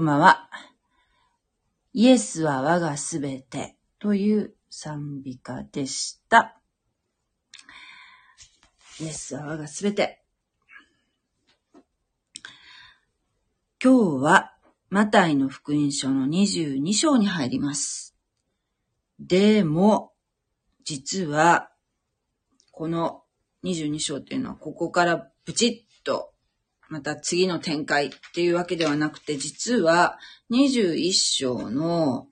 こんばんは。イエスは我がすべてという賛美歌でした。イエスは我がすべて。今日はマタイの福音書の22章に入ります。でも、実はこの22章っていうのはここからブチッとまた次の展開っていうわけではなくて、実は21章の、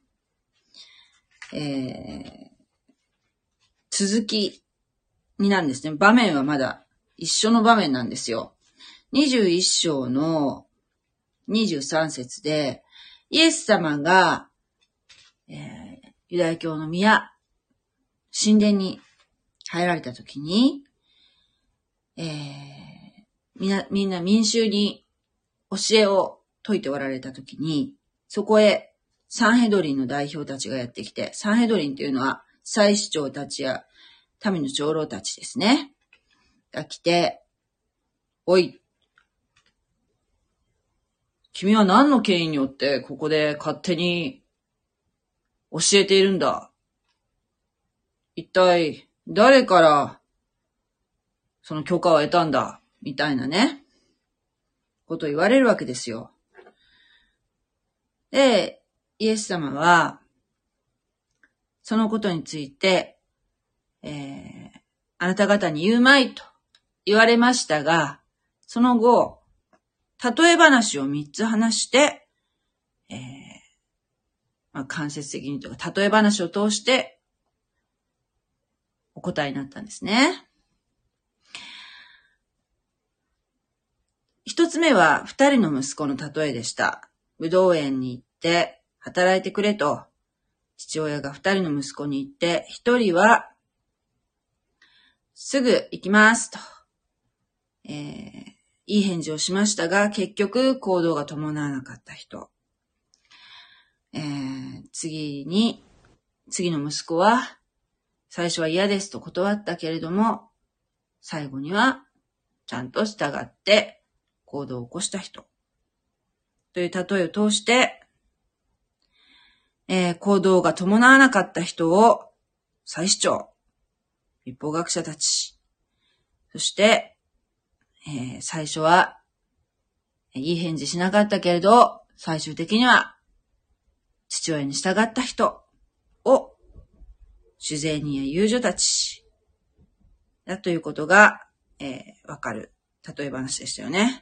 続きになるんですね。場面はまだ一緒の場面なんですよ。21章の23節で、イエス様が、ユダヤ教の宮、神殿に入られたときに、みんな民衆に教えを説いておられたときに、そこへサンヘドリンの代表たちがやってきて、サンヘドリンというのは祭司長たちや民の長老たちですね。が来て、おい、君は何の権威によってここで勝手に教えているんだ。一体誰からその許可を得たんだみたいなね、ことを言われるわけですよ。で、イエス様は、そのことについて、あなた方に言うまいと言われましたが、その後、例え話を3つ話して、間接的にというか、例え話を通して、お答えになったんですね。一つ目は、2人の息子の例えでした。ぶどう園に行って、働いてくれと、父親が2人の息子に言って、1人は、すぐ行きますと、いい返事をしましたが、結局行動が伴わなかった人。次の息子は、最初は嫌ですと断ったけれども、最後にはちゃんと従って行動を起こした人。という例えを通して、行動が伴わなかった人を祭司長、律法学者たち、そして、最初はいい返事しなかったけれど、最終的には父親に従った人を主税人や遊女たちだということが、わかる例え話でしたよね。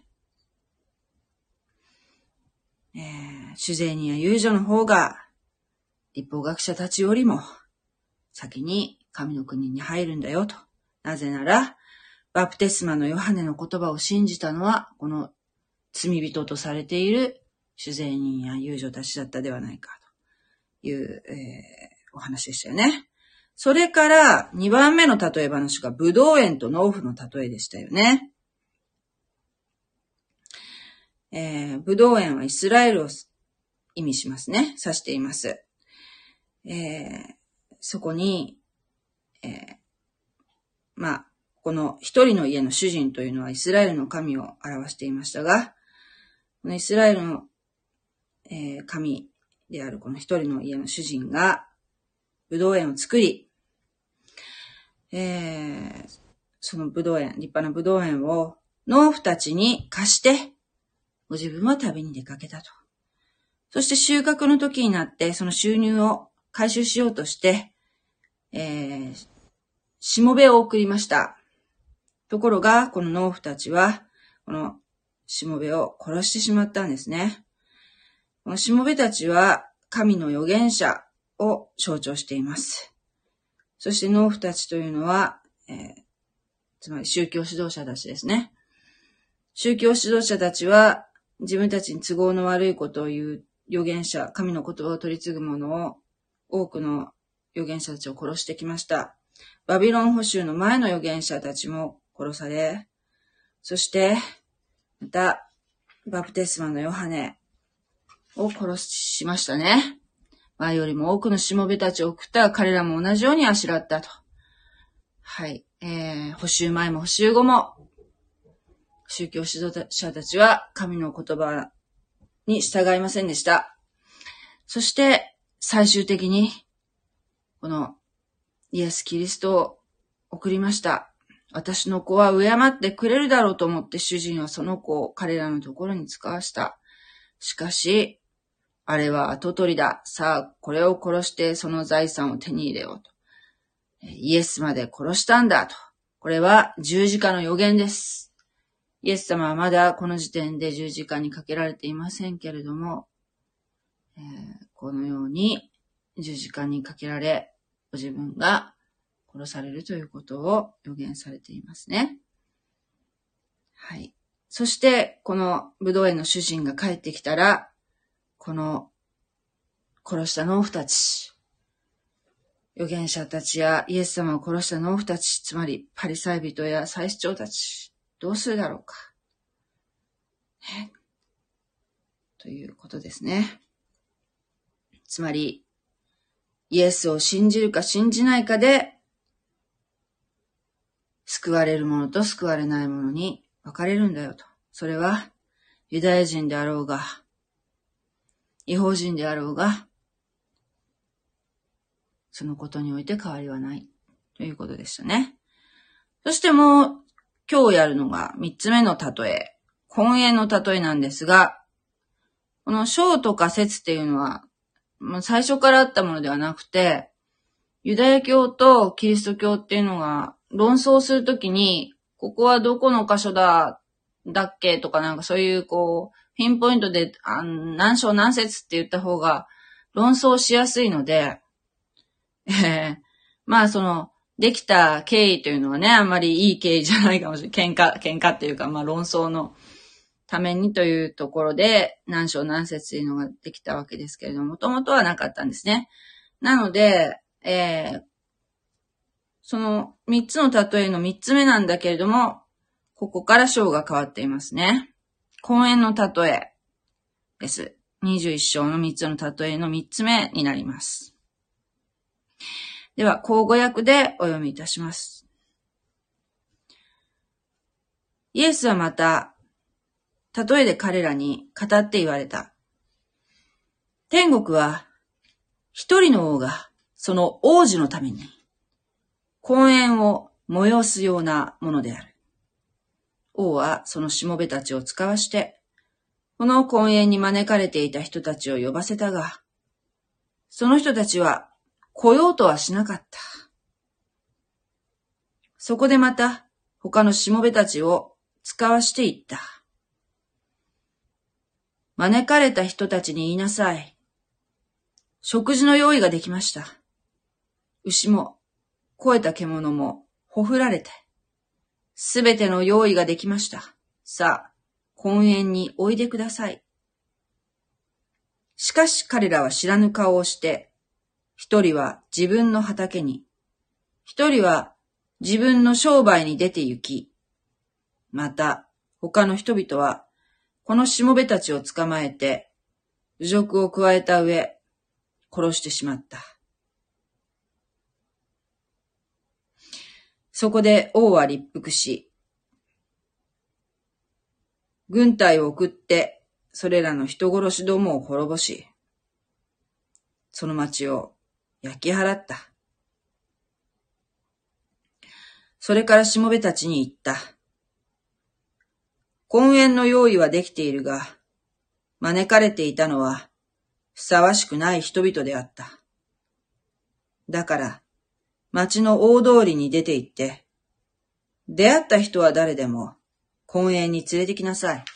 主税人や遊女の方が律法学者たちよりも先に神の国に入るんだよと。なぜならバプテスマのヨハネの言葉を信じたのはこの罪人とされている主税人や遊女たちだったではないかという、お話でしたよね。それから2番目の例え話がブドウ園と農夫の例えでしたよね。ブドウ園はイスラエルを意味しますね。指しています。そこに、この一人の家の主人というのはイスラエルの神を表していましたが、このイスラエルの、神であるこの一人の家の主人がブドウ園を作り、そのブドウ園、立派なブドウ園を農夫たちに貸して、ご自分は旅に出かけたと。そして収穫の時になって、その収入を回収しようとして、しもべを送りました。ところが、この農夫たちは、このしもべを殺してしまったんですね。このしもべたちは、神の預言者を象徴しています。そして農夫たちというのは、つまり宗教指導者たちですね。宗教指導者たちは自分たちに都合の悪いことを言う預言者、神の言葉を取り継ぐ者を、多くの預言者たちを殺してきました。バビロン捕囚の前の預言者たちも殺され、そしてまたバプテスマのヨハネを殺しましたね。前よりも多くのしもべたちを送った彼らも同じようにあしらったと。はい。捕囚前も捕囚後も、宗教指導者たちは神の言葉に従いませんでした。そして最終的にこのイエス・キリストを送りました。私の子は敬ってくれるだろうと思って主人はその子を彼らのところに使わした。しかし、あれは跡取りだ。さあ、これを殺してその財産を手に入れようと。イエスまで殺したんだと。これは十字架の予言です。イエス様はまだこの時点で十字架にかけられていませんけれども、このように十字架にかけられ、ご自分が殺されるということを予言されていますね。はい。そして、このブドウ園の主人が帰ってきたら、この殺した農夫たち、預言者たちやイエス様を殺した農夫たち、つまりパリサイ人や祭司長たち、どうするだろうか。ということですね。つまり、イエスを信じるか信じないかで、救われる者と救われない者に分かれるんだよと。それは、ユダヤ人であろうが、異邦人であろうが、そのことにおいて変わりはないということでしたね。そしてもう今日やるのが3つ目の例え、婚宴の例えなんですが、この章とか節っていうのは、最初からあったものではなくて、ユダヤ教とキリスト教っていうのが論争するときに、ここはどこの箇所だっけとかなんかそういうピンポイントで何章何節って言った方が論争しやすいので、できた経緯というのはね、あんまりいい経緯じゃないかもしれない。喧嘩っていうか、論争のためにというところで、何章何節というのができたわけですけれども、もともとはなかったんですね。なので、その3つの例えの3つ目なんだけれども、ここから章が変わっていますね。婚宴の例えです。21章の3つの例えの3つ目になります。では、口語訳でお読みいたします。イエスはまた、例えで彼らに語って言われた。天国は、一人の王がその王子のために、婚宴を催すようなものである。王はそのしもべたちを使わして、この婚宴に招かれていた人たちを呼ばせたが、その人たちは来ようとはしなかった。そこでまた他のしもべたちを使わしていった。招かれた人たちに言いなさい。食事の用意ができました。牛も肥えた獣もほふられて、すべての用意ができました。さあ、婚宴においでください。しかし彼らは知らぬ顔をして、一人は自分の畑に、一人は自分の商売に出て行き、また他の人々はこのしもべたちを捕まえて、侮辱を加えた上、殺してしまった。そこで王は立腹し、軍隊を送ってそれらの人殺しどもを滅ぼし、その町を焼き払った。それからしもべたちに言った。婚宴の用意はできているが、招かれていたのはふさわしくない人々であった。だから、町の大通りに出て行って、出会った人は誰でも婚宴に連れてきなさい。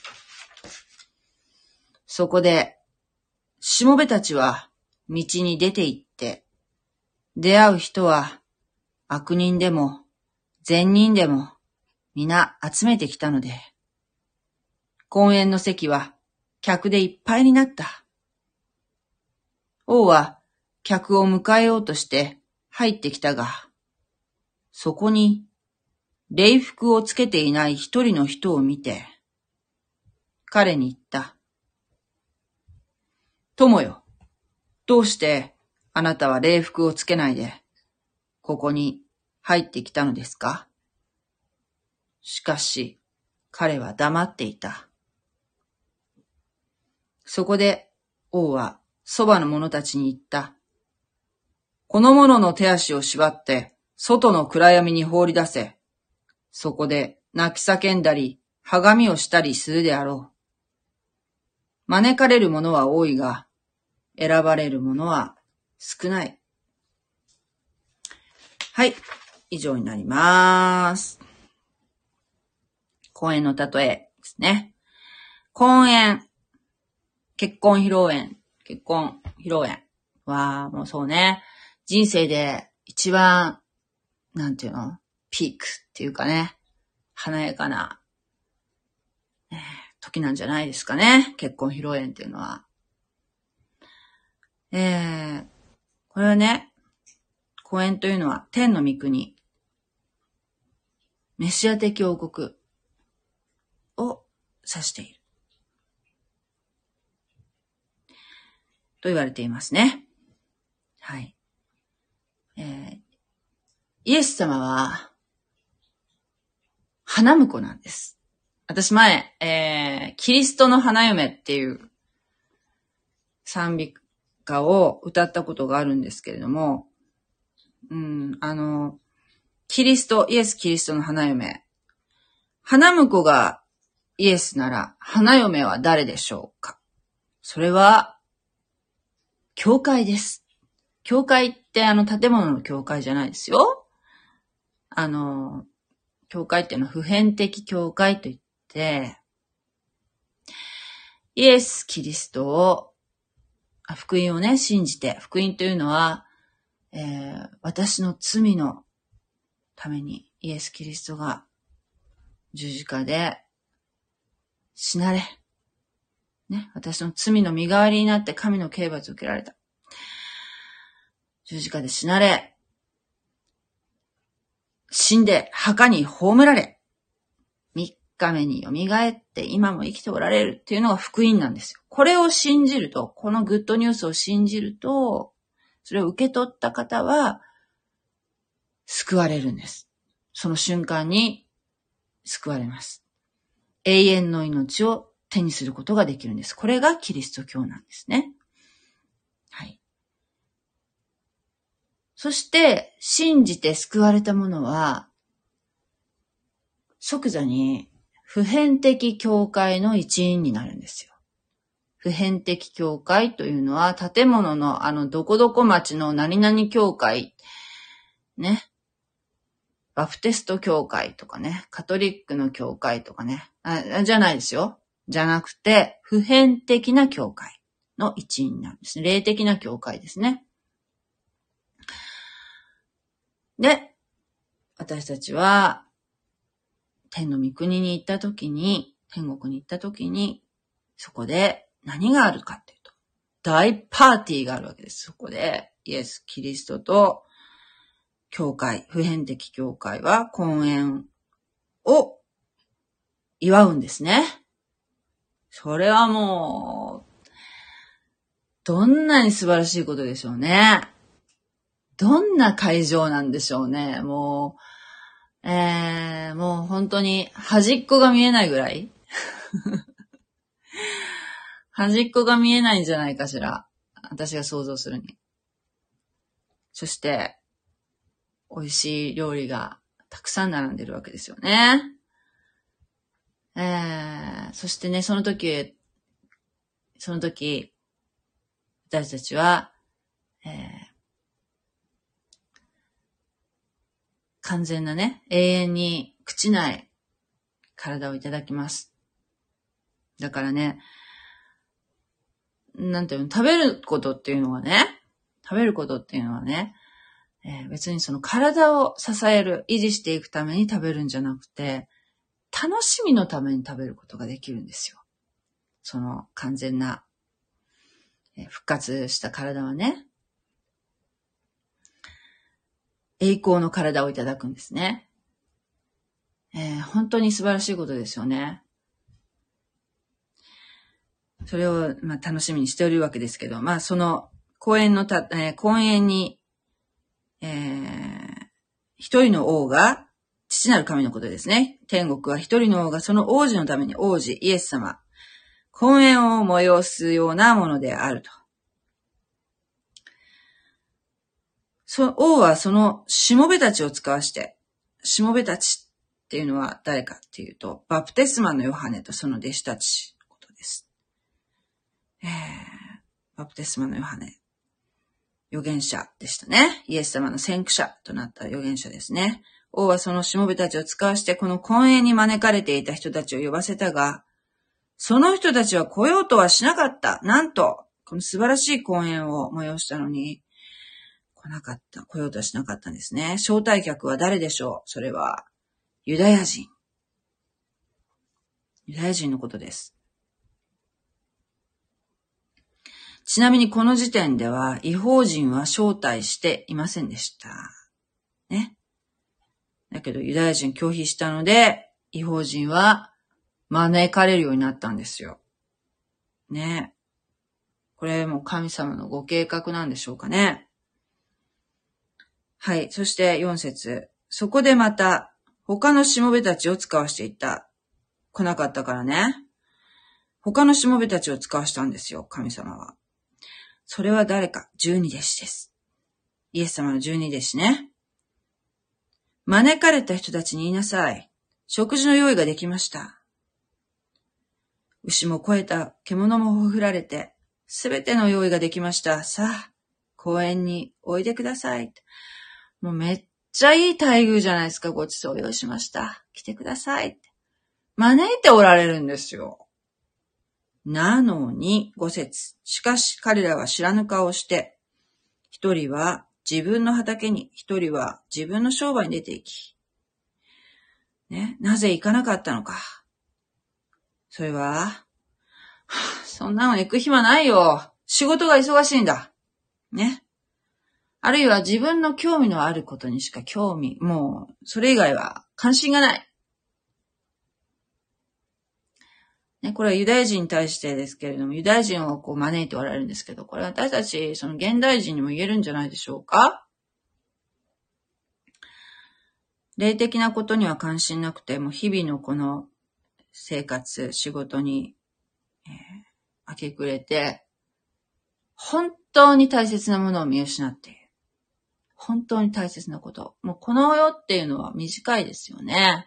そこで、しもべたちは道に出て行って、出会う人は悪人でも善人でも皆集めてきたので、婚宴の席は客でいっぱいになった。王は客を迎えようとして入ってきたが、そこに礼服をつけていない一人の人を見て、彼に言った。友よ、どうしてあなたは礼服をつけないで、ここに入ってきたのですか？しかし、彼は黙っていた。 そこで王はそばの者たちに言った。この者の手足を縛って、外の暗闇に放り出せ。そこで泣き叫んだり、はがみをしたりするであろう。招かれる者は多いが、選ばれる者は少ない。はい。以上になります。婚宴の例えですね。婚宴。結婚披露宴。結婚披露宴は、もうそうね。人生で一番、なんていうの？ピークっていうかね。華やかな、時なんじゃないですかね。結婚披露宴っていうのは。これはね、婚宴というのは天の御国、メシア的王国を指している。と言われていますね。はい。イエス様は、花婿なんです。私前、キリストの花嫁っていう賛美歌を歌ったことがあるんですけれども、イエス・キリストの花嫁。花婿がイエスなら、花嫁は誰でしょうか？それは、教会です。教会って建物の教会じゃないですよ。教会っていうのは普遍的教会といって、イエス・キリストを、福音をね、信じて、福音というのは、私の罪のためにイエス・キリストが十字架で死なれ、ね、私の罪の身代わりになって神の刑罰を受けられた。十字架で死なれ、死んで墓に葬られ、3日目に蘇って今も生きておられるっていうのが福音なんですよ。これを信じると、このグッドニュースを信じると、それを受け取った方は救われるんです。その瞬間に救われます。永遠の命を手にすることができるんです。これがキリスト教なんですね。はい。そして、信じて救われた者は、即座に普遍的教会の一員になるんですよ。普遍的教会というのは、建物のどこどこ町の何々教会、ね。バプテスト教会とかね、カトリックの教会とかね、じゃないですよ。じゃなくて、普遍的な教会の一員なんですね。霊的な教会ですね。で、私たちは、天の御国に行った時に、天国に行った時に、そこで何があるかっていうと、大パーティーがあるわけです。そこで、イエス・キリストと、教会、普遍的教会は婚宴を祝うんですね。それはもう、どんなに素晴らしいことでしょうね。どんな会場なんでしょうね。もう本当に端っこが見えないぐらい端っこが見えないんじゃないかしら。私が想像するに。そして、美味しい料理がたくさん並んでるわけですよね。そしてね、その時、私たちは、完全なね、永遠に朽ちない体をいただきます。だからね、なんていうの、食べることっていうのはね、別にその体を支える、維持していくために食べるんじゃなくて、楽しみのために食べることができるんですよ。その完全な、復活した体はね、栄光の体をいただくんですね。本当に素晴らしいことですよね。それを、楽しみにしておるわけですけど、その婚宴に、一人の王が、父なる神のことですね。天国は一人の王がその王子のためにイエス様。 婚宴を催すようなものであると。王はそのしもべたちを使わして、しもべたちっていうのは誰かっていうと、バプテスマのヨハネとその弟子たちのことです。バプテスマのヨハネ、預言者でしたね。イエス様の先駆者となった預言者ですね。王はそのしもべたちを使わして、この婚宴に招かれていた人たちを呼ばせたが、その人たちは来ようとはしなかった。なんと、この素晴らしい婚宴を催したのに、来ようとはしなかったんですね。招待客は誰でしょう？それは、ユダヤ人。ユダヤ人のことです。ちなみにこの時点では、異邦人は招待していませんでした。ね。だけどユダヤ人拒否したので、異邦人は招かれるようになったんですよ。ね。これも神様のご計画なんでしょうかね。はい。そして4節。そこでまた他のしもべたちを使わしていった。来なかったからね。他のしもべたちを使わしたんですよ、神様は。それは誰か？十二弟子です。イエス様の十二弟子ね。招かれた人たちに言いなさい。食事の用意ができました。牛も肥えた、獣もほふられて、すべての用意ができました。さあ、公園においでください。もうめっちゃいい待遇じゃないですか。ごちそう用意しました。来てください。招いておられるんですよ。なのに、5節。しかし彼らは知らぬ顔をして、一人は自分の畑に、一人は自分の商売に出て行き、ね、なぜ行かなかったのか。それは、そんなの行く暇ないよ。仕事が忙しいんだ。ね。あるいは自分の興味のあることにしかもう、それ以外は関心がない。ね、これはユダヤ人に対してですけれども、ユダヤ人を招いておられるんですけど、これは私たち、その現代人にも言えるんじゃないでしょうか？霊的なことには関心なくて、もう日々のこの生活、仕事に、明け暮れて、本当に大切なものを見失っている。本当に大切なこと。もうこの世っていうのは短いですよね。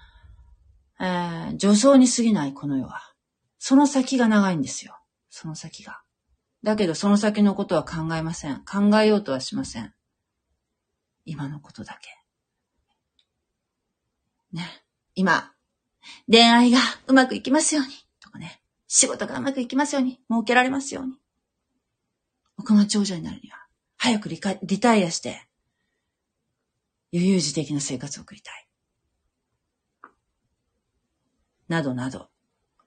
助走に過ぎないこの世は。その先が長いんですよ。その先が。だけどその先のことは考えません。考えようとはしません。今のことだけ。ね。今、恋愛がうまくいきますように。とかね。仕事がうまくいきますように。儲けられますように。億万長者になるには、早くリタイアして、悠々自適な生活を送りたい。などなど。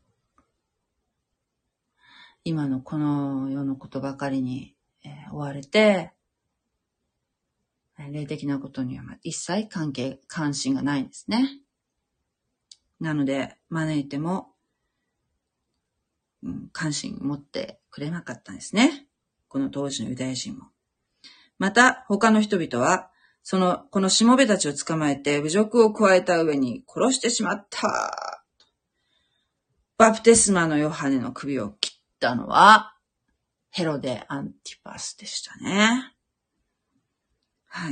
今のこの世のことばかりに、追われて、霊的なことには一切関心がないんですね。なので、招いても、関心持ってくれなかったんですね。この当時のユダヤ人も。また、他の人々は、このしもべたちを捕まえて侮辱を加えた上に殺してしまった。バプテスマのヨハネの首を切ったのは、ヘロデ・アンティパスでしたね。はい。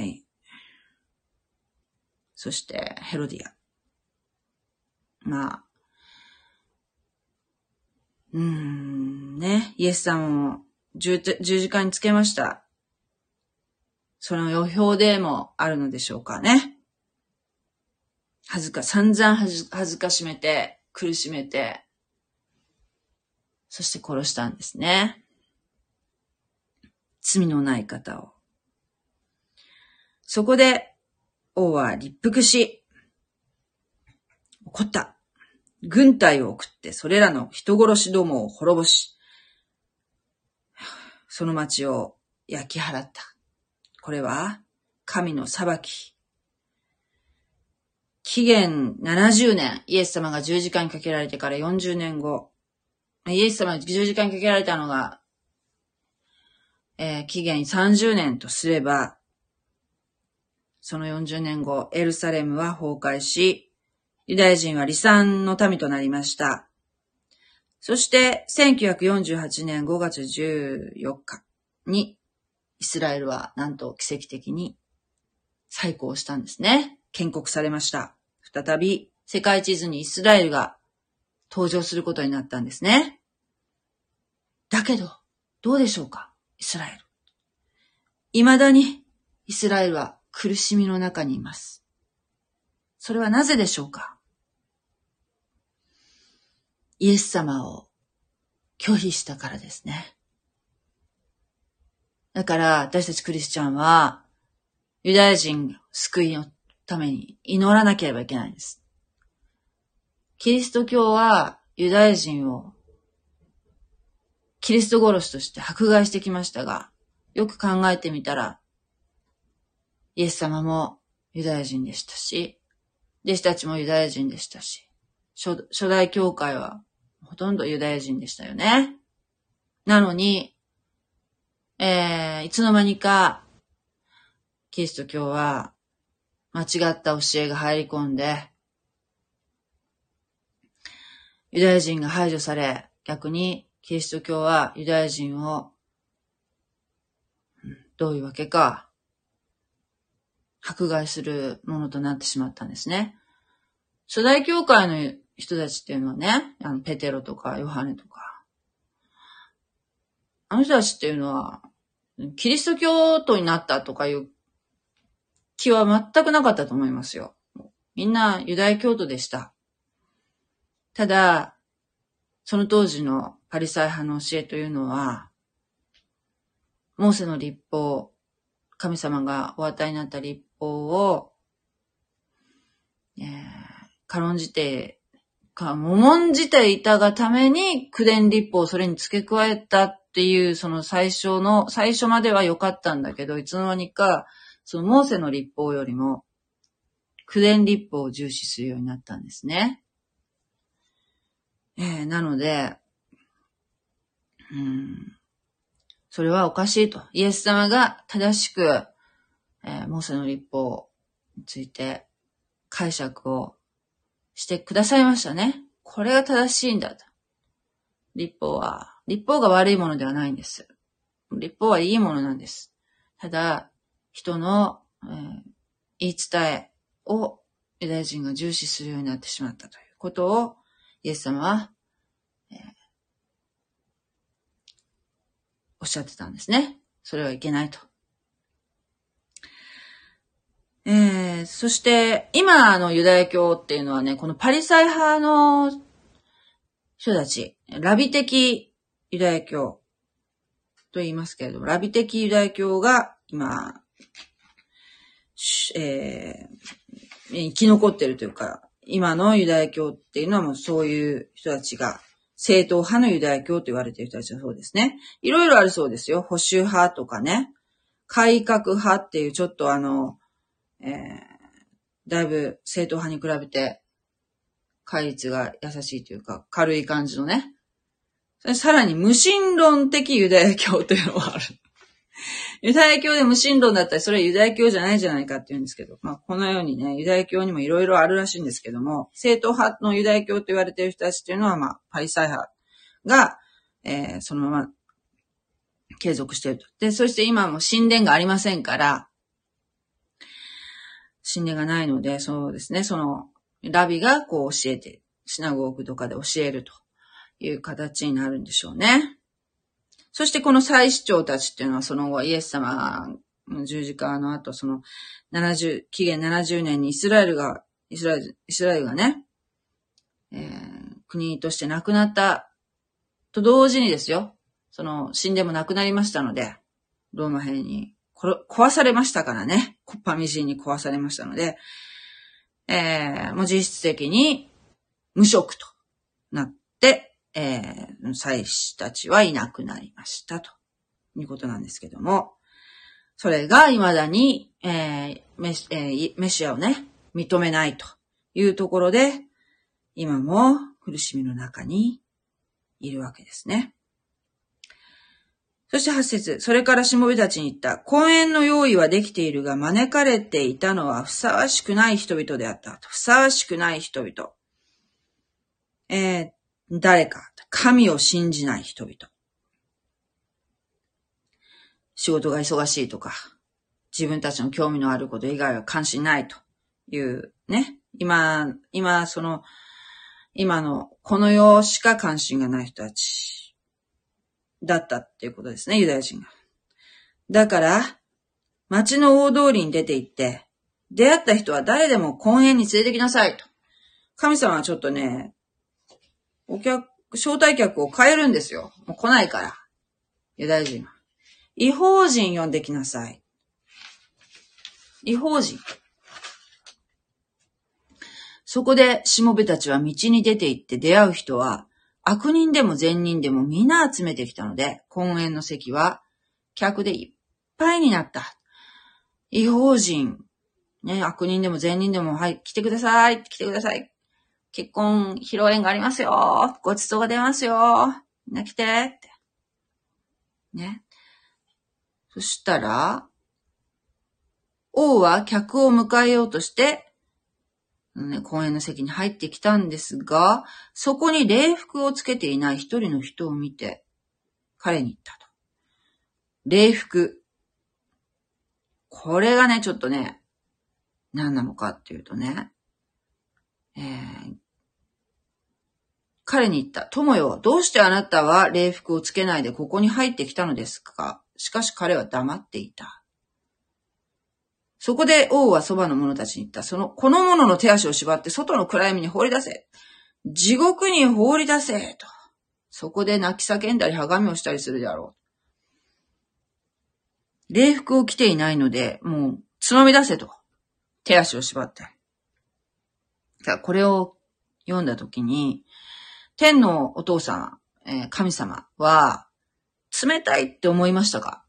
そして、ヘロディア。ね、イエス様を十字架につけました。その予表でもあるのでしょうかね。散々恥ずかしめて、苦しめて、そして殺したんですね。罪のない方を。そこで、王は立腹し、怒った。軍隊を送ってそれらの人殺しどもを滅ぼし、その町を焼き払った。これは神の裁き。紀元70年、イエス様が十字架にかけられてから40年後、イエス様が十字架にかけられたのが、紀元30年とすれば、その40年後、エルサレムは崩壊し、ユダヤ人は離散の民となりました。 そして1948年5月14日にイスラエルはなんと奇跡的に再興したんですね。建国されました。再び世界地図にイスラエルが登場することになったんですね。だけど、どうでしょうか、イスラエル。未だにイスラエルは苦しみの中にいます。それはなぜでしょうか。イエス様を拒否したからですね。だから私たちクリスチャンはユダヤ人救いのために祈らなければいけないんです。キリスト教はユダヤ人をキリスト殺しとして迫害してきましたが、よく考えてみたら、イエス様もユダヤ人でしたし、弟子たちもユダヤ人でしたし、初代教会はほとんどユダヤ人でしたよね。なのに、いつの間にか、キリスト教は間違った教えが入り込んで、ユダヤ人が排除され、逆にキリスト教はユダヤ人を、どういうわけか、迫害するものとなってしまったんですね。初代教会の人たちっていうのはね、ペテロとかヨハネとか、あの人たちっていうのは、キリスト教徒になったとかいう気は全くなかったと思いますよ。みんなユダヤ教徒でした。ただ、その当時のパリサイ派の教えというのは、モーセの律法、神様がお与えになった律法を、軽んじていたがために、九伝律法をそれに付け加えたっていう、その最初までは良かったんだけど、いつの間にか、そのモーセの律法よりも、九伝律法を重視するようになったんですね。なので、それはおかしいと。イエス様が正しく、モーセの律法について解釈をしてくださいましたね。これが正しいんだと。律法が悪いものではないんです。律法はいいものなんです。ただ、人の、言い伝えをユダヤ人が重視するようになってしまったということをイエス様は、おっしゃってたんですね。それはいけないと。そして、今のユダヤ教っていうのはね、このパリサイ派の人たち、ラビ的ユダヤ教と言いますけれども、ラビ的ユダヤ教が今、生き残っているというか、今のユダヤ教っていうのはもうそういう人たちが、正統派のユダヤ教と言われている人たちはそうですね。いろいろあるそうですよ。保守派とかね。改革派っていうちょっとだいぶ正統派に比べて、戒律が優しいというか、軽い感じのね。さらに無神論的ユダヤ教というのがある。ユダヤ教で無神論だったらそれはユダヤ教じゃないじゃないかって言うんですけど、このようにね、ユダヤ教にもいろいろあるらしいんですけども、正統派のユダヤ教と言われている人たちというのは、パリサイ派が、そのまま継続していると。で、そして今も神殿がありませんから、神殿がないので、そうですね、その、ラビがこう教えて、シナゴーグとかで教えるという形になるんでしょうね。そしてこの祭司長たちっていうのはその後イエス様の十字架の後、その紀元70年にイスラエルがね、国としてなくなったと同時にですよ、その神殿もなくなりましたので、ローマ兵に壊されましたからね、コッパみじんに壊されましたので、もう実質的に無職となって、祭司たちはいなくなりましたということなんですけども、それが未だに、メシアをね、認めないというところで、今も苦しみの中にいるわけですね。そして8節、それからしもべたちに言った。婚宴の用意はできているが、招かれていたのはふさわしくない人々であった。ふさわしくない人々。 誰か、神を信じない人々。仕事が忙しいとか、自分たちの興味のあること以外は関心ないというね。今のこの世しか関心がない人たちだったっていうことですね、ユダヤ人が。だから、町の大通りに出て行って、出会った人は誰でも婚宴に連れてきなさいと。神様はちょっとね、招待客を変えるんですよ。もう来ないから。ユダヤ人は。異邦人呼んできなさい。異邦人。そこでしもべたちは道に出て行って出会う人は悪人でも善人でも皆集めてきたので、婚宴の席は客でいっぱいになった。異邦人。ね、悪人でも善人でも、はい、来てください。来てください。結婚披露宴がありますよ。ごちそうが出ますよ。みんな来て。って。ね。そしたら、王は客を迎えようとして、公園の席に入ってきたんですが、そこに礼服をつけていない一人の人を見て、彼に言ったと。礼服。これがね、ちょっとね、何なのかっていうとね、彼に言った。友よ、どうしてあなたは礼服をつけないでここに入ってきたのですか？しかし彼は黙っていた。そこで王はそばの者たちに言った。この者の手足を縛って外の暗闇に放り出せ。地獄に放り出せ。と。そこで泣き叫んだり鏡をしたりするであろう。礼服を着ていないので、もう、つまみ出せと。手足を縛って。これを読んだときに、天のお父さん、神様は、冷たいって思いましたか？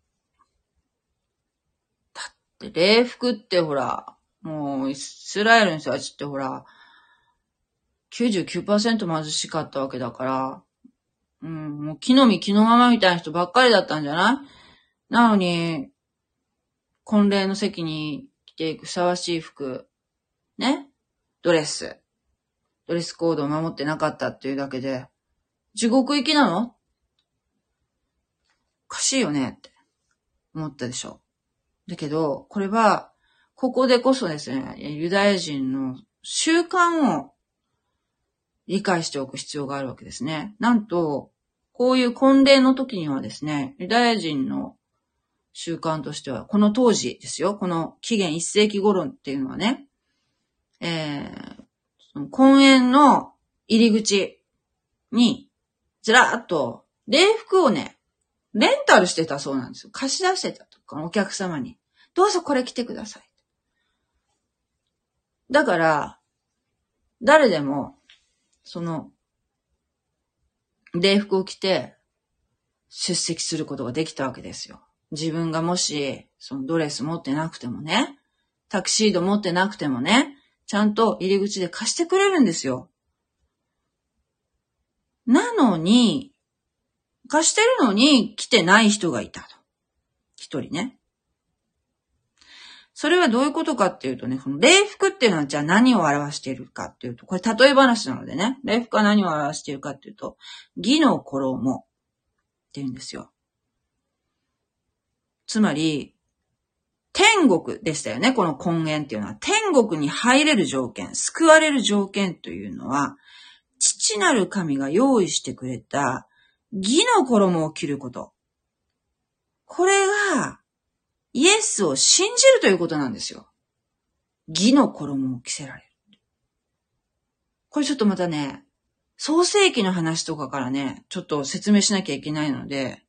だって、礼服ってほら、もう、イスラエルの人たちってほら、99% 貧しかったわけだから、もう木の実木のままみたいな人ばっかりだったんじゃない？なのに、婚礼の席に着ていくふさわしい服、ね？ドレスコードを守ってなかったっていうだけで、地獄行きなの？おかしいよねって思ったでしょ。だけど、これは、ここでこそですね、ユダヤ人の習慣を理解しておく必要があるわけですね。なんと、こういう婚礼の時にはですね、ユダヤ人の習慣としては、この当時ですよ、この紀元1世紀頃っていうのはね、婚宴の入り口に、ずらーっと礼服をね、レンタルしてたそうなんですよ。貸し出してたと。このお客様に。どうぞこれ着てください。だから、誰でも、礼服を着て出席することができたわけですよ。自分がもし、ドレス持ってなくてもね、タキシード持ってなくてもね、ちゃんと入り口で貸してくれるんですよ。なのに、貸してるのに来てない人がいたと。一人ね。それはどういうことかっていうとね、この礼服っていうのはじゃあ何を表しているかっていうと、これ例え話なのでね、礼服は何を表しているかっていうと、義の衣っていうんですよ。つまり、天国でしたよね、この婚宴っていうのは。天国に入れる条件、救われる条件というのは、父なる神が用意してくれた義の衣を着ること。これが、イエスを信じるということなんですよ。義の衣を着せられる。これちょっとまたね、創世記の話とかからね、ちょっと説明しなきゃいけないので、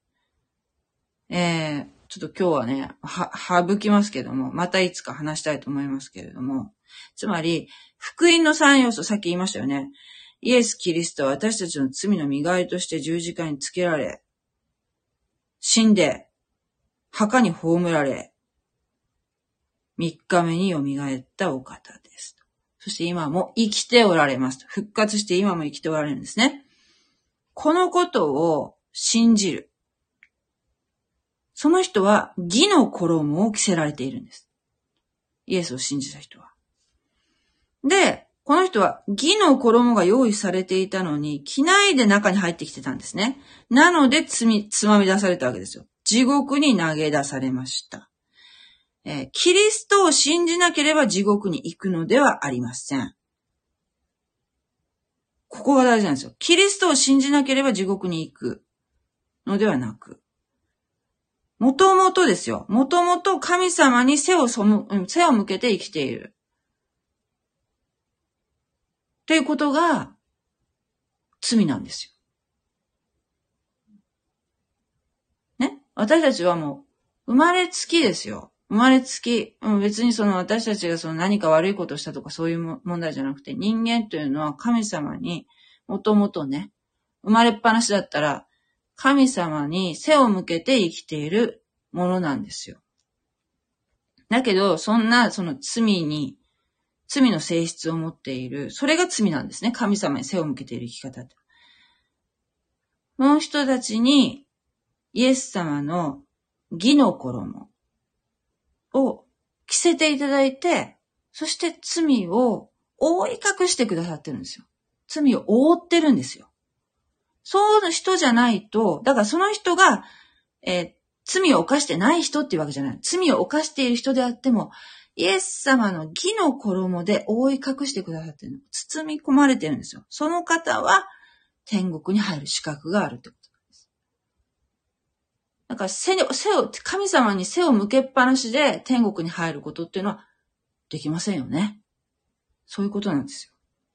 ちょっと今日はね、省きますけども、またいつか話したいと思いますけれども、つまり、福音の3要素、さっき言いましたよね。イエス・キリストは私たちの罪の身代わりとして十字架につけられ、死んで、墓に葬られ、3日目に蘇ったお方です。そして今も生きておられます。復活して今も生きておられるんですね。このことを信じる。その人は義の衣を着せられているんです。イエスを信じた人は。で、 この人は義の衣が用意されていたのに、着ないで中に入ってきてたんですね。なので、つまみ出されたわけですよ。地獄に投げ出されました。キリストを信じなければ地獄に行くのではありません。ここが大事なんですよ。キリストを信じなければ地獄に行くのではなく、もともとですよ。もともと神様に背を向けて生きている。ということが罪なんですよ。ね。私たちはもう生まれつきですよ。生まれつき。別に私たちが何か悪いことをしたとかそういう問題じゃなくて、人間というのは神様にもともとね、生まれっぱなしだったら神様に背を向けて生きているものなんですよ。だけど、罪の性質を持っている。それが罪なんですね。神様に背を向けている生き方って。この人たちに、イエス様の義の衣を着せていただいて、そして罪を覆い隠してくださってるんですよ。罪を覆ってるんですよ。そういう人じゃないと、だからその人が、罪を犯してない人っていうわけじゃない。罪を犯している人であっても、イエス様の義の衣で覆い隠してくださっているの。包み込まれてるんですよ。その方は天国に入る資格があるってことなんです。だから神様に背を向けっぱなしで天国に入ることっていうのはできませんよね。そういうことなんですよ。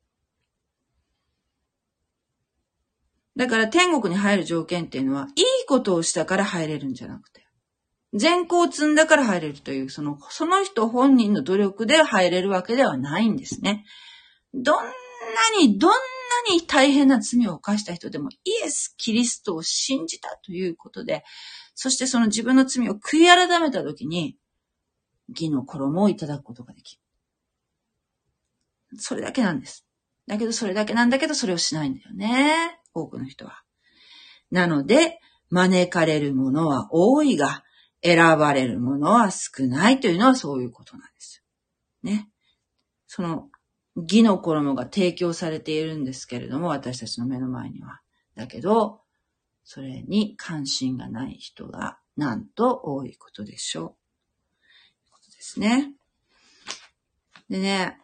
だから天国に入る条件っていうのは、いいことをしたから入れるんじゃなくて、善行を積んだから入れるという、その人本人の努力で入れるわけではないんですね。どんなに大変な罪を犯した人でも、イエス・キリストを信じたということで、そしてその自分の罪を悔い改めたときに、義の衣をいただくことができる。それだけなんです。だけどそれだけなんだけど、それをしないんだよね。多くの人は。なので、招かれるものは多いが、選ばれるものは少ないというのはそういうことなんですよ。ね。その義の衣が提供されているんですけれども、私たちの目の前には。だけど、それに関心がない人がなんと多いことでしょう。ということですね。でね、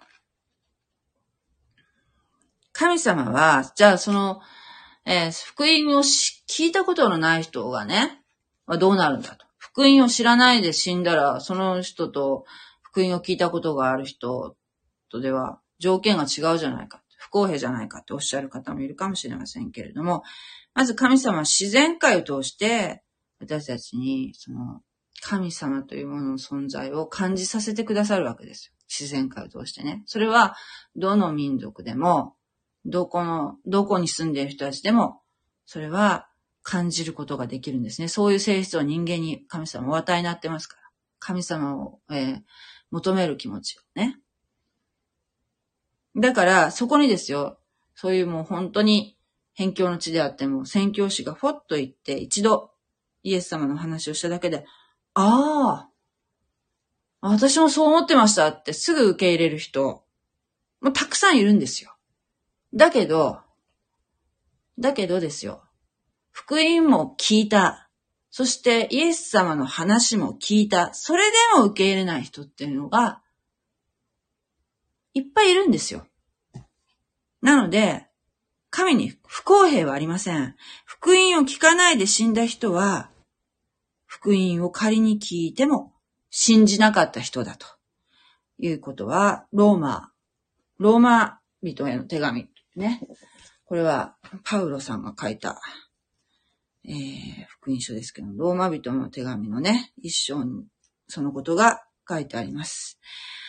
神様は、じゃあ福音を聞いたことのない人がね、どうなるんだと。福音を知らないで死んだら、その人と福音を聞いたことがある人とでは条件が違うじゃないか、不公平じゃないかっておっしゃる方もいるかもしれませんけれども、まず神様は自然界を通して私たちにその神様というものの存在を感じさせてくださるわけですよ。自然界を通してね。それはどの民族でも、どこに住んでいる人たちでも、それは感じることができるんですね。そういう性質を人間に神様お与えになってますから。神様を、求める気持ちをね。だから、そこにですよ、そういうもう本当に辺境の地であっても、宣教師がフォッと言って一度イエス様の話をしただけで、私もそう思ってましたってすぐ受け入れる人、もうたくさんいるんですよ。だけどですよ、福音も聞いた。そしてイエス様の話も聞いた。それでも受け入れない人っていうのがいっぱいいるんですよ。なので、神に不公平はありません。福音を聞かないで死んだ人は、福音を仮に聞いても信じなかった人だということは、ローマ人への手紙ね。これはパウロさんが書いた、福音書ですけど、ローマ人の手紙のね、一章にそのことが書いてあります。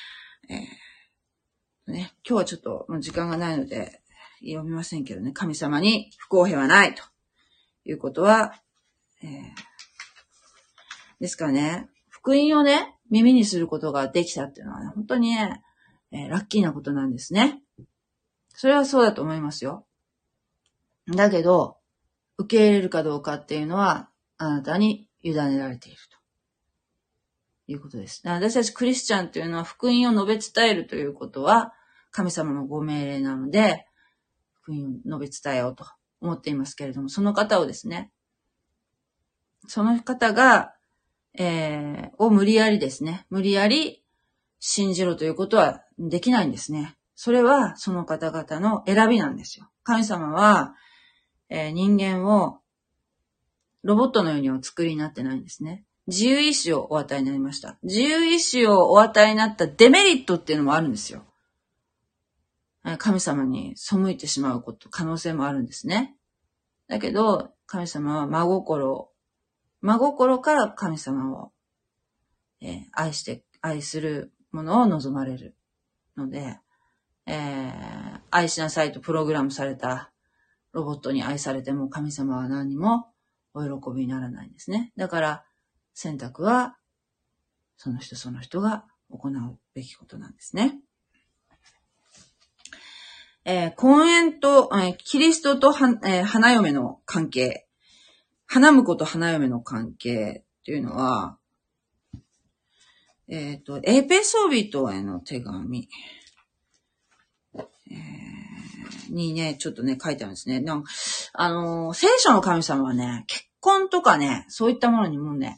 今日はちょっと時間がないので読みませんけどね、神様に不公平はないということは、ですからね、福音をね、耳にすることができたっていうのはね、本当にね、ラッキーなことなんですね。それはそうだと思いますよ。だけど、受け入れるかどうかっていうのは、あなたに委ねられているということです。私たちクリスチャンというのは福音を述べ伝えるということは、 神様のご命令なので、福音を述べ伝えようと思っていますけれども、その方をですね、その方が、無理やりですね、無理やり信じろということはできないんですね。それはその方々の選びなんですよ。神様は、人間をロボットのようにお作りになってないんですね。自由意志をお与えになりました。自由意志をお与えになったデメリットっていうのもあるんですよ。神様に背いてしまう可能性もあるんですね。だけど、神様は真心から神様を、愛するものを望まれるので、愛しなさいとプログラムされたロボットに愛されても神様は何にもお喜びにならないんですね。だから選択はその人が行うべきことなんですね。婚姻と、キリストと花嫁の関係、花婿と花嫁の関係っていうのは、エペソビトへの手紙、にね、ちょっとね、書いてあるんですね。聖書の神様はね、結婚とかね、そういったものにもね、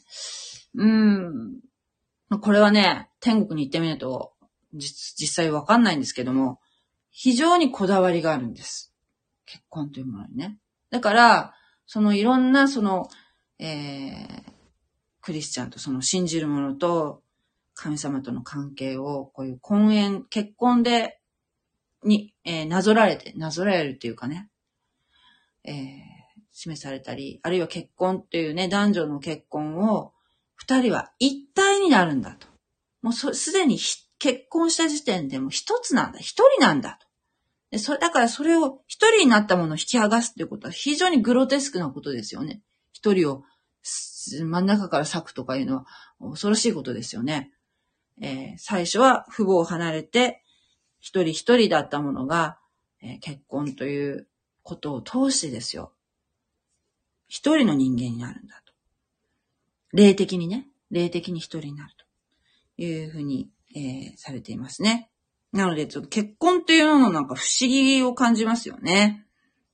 これはね、天国に行ってみないと、実際わかんないんですけども、非常にこだわりがあるんです。結婚というものにね。だから、いろんな、クリスチャンと信じる者と神様との関係を、こういう結婚に、なぞらえるっていうかね、示されたり、あるいは結婚っていうね、男女の結婚を、二人は一体になるんだと。もうすでに結婚した時点でも一つなんだ。一人なんだと。だからそれを一人になったものを引き剥がすっていうことは非常にグロテスクなことですよね。一人を真ん中から裂くとかいうのは恐ろしいことですよね。最初は父母を離れて一人一人だったものが、結婚ということを通してですよ。一人の人間になるんだと。霊的に一人になるというふうに、されていますね。なので、ちょっと結婚っていうののなんか不思議を感じますよね。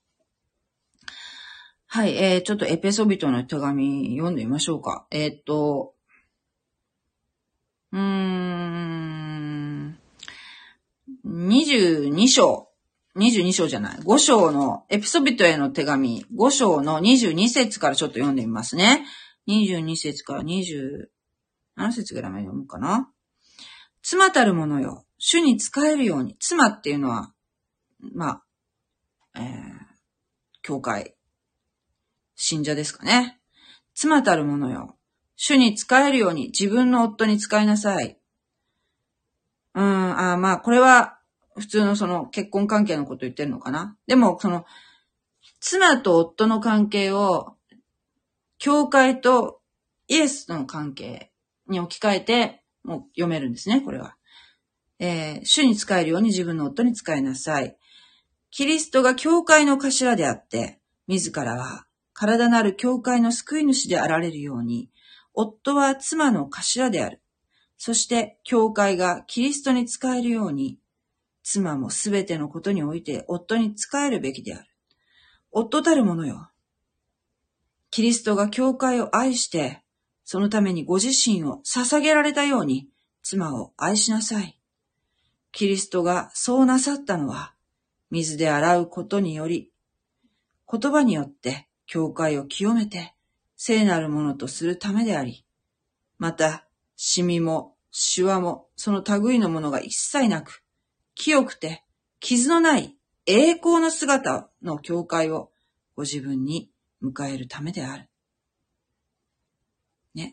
はい、ちょっとエペソビトの手紙読んでみましょうか。22章じゃない。5章の、エペソビトへの手紙、5章の22節からちょっと読んでみますね。22節から27節ぐらいまで読むかな。妻たる者よ、主に仕えるように。妻っていうのは、教会、信者ですかね。妻たる者よ、主に仕えるように自分の夫に仕えなさい。これは普通の結婚関係のこと言ってるのかな。でも、妻と夫の関係を、教会とイエスとの関係に置き換えて、もう読めるんですね、これは。主に仕えるように自分の夫に仕えなさい。キリストが教会の頭であって、自らは体なる教会の救い主であられるように、夫は妻の頭である。そして、教会がキリストに仕えるように、妻もすべてのことにおいて夫に仕えるべきである。夫たる者よ。キリストが教会を愛して、そのためにご自身を捧げられたように、妻を愛しなさい。キリストがそうなさったのは、水で洗うことにより、言葉によって教会を清めて、聖なるものとするためであり、また、シミも、シワも、その類のものが一切なく、清くて、傷のない栄光の姿の教会をご自分に迎えるためである。ね。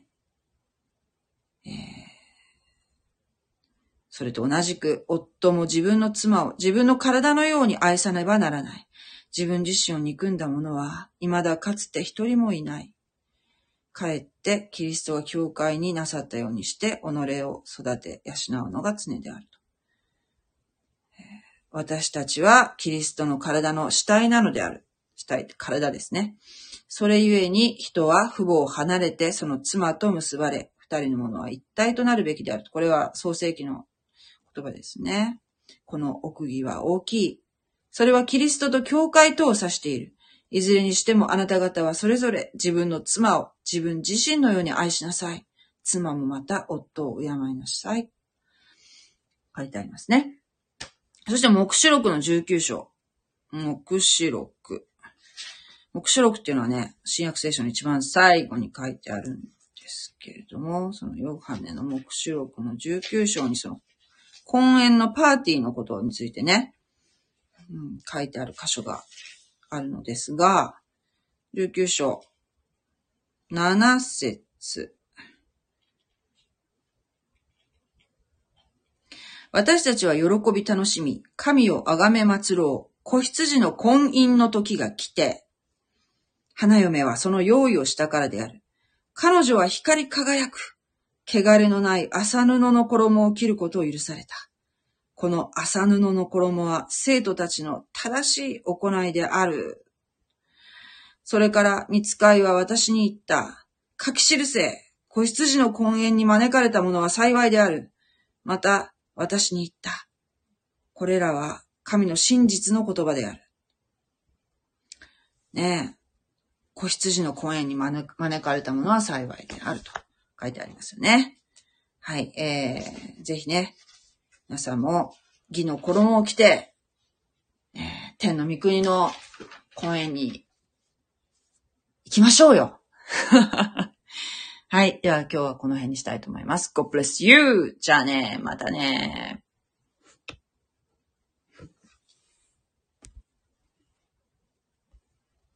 それと同じく、夫も自分の妻を自分の体のように愛さねばならない。自分自身を憎んだ者は、未だかつて一人もいない。かえってキリストが教会になさったようにして、己を育て養うのが常であると。私たちはキリストの体の死体なのである。死体って体ですね。それゆえに人は父母を離れてその妻と結ばれ、二人のものは一体となるべきであると。これは創世記の言葉ですね。 この奥義は大きい。それはキリストと教会とを指している。いずれにしてもあなた方はそれぞれ自分の妻を自分自身のように愛しなさい。妻もまた夫を敬いなさい。書いてありますね。そして黙示録の19章。黙示録っていうのはね、新約聖書の一番最後に書いてあるんですけれども、そのヨハネの黙示録の19章にその婚宴のパーティーのことについてね、書いてある箇所があるのですが、19章7節。私たちは喜び楽しみ、神をあがめ祭ろう。子羊の婚姻の時が来て、花嫁はその用意をしたからである。彼女は光り輝く。汚れのない麻布の衣を着ることを許された。この麻布の衣は生徒たちの正しい行いである。それから御使いは私に言った。書き記せ。子羊の婚宴に招かれた者は幸いである。また私に言った。これらは神の真実の言葉である。ねえ。子羊の婚宴に招かれた者は幸いであると書いてありますよね。はい。ぜひね、皆さんも義の衣を着て、天の御国の婚宴に行きましょうよ。はい。では今日はこの辺にしたいと思います。God bless you! じゃあね、またね。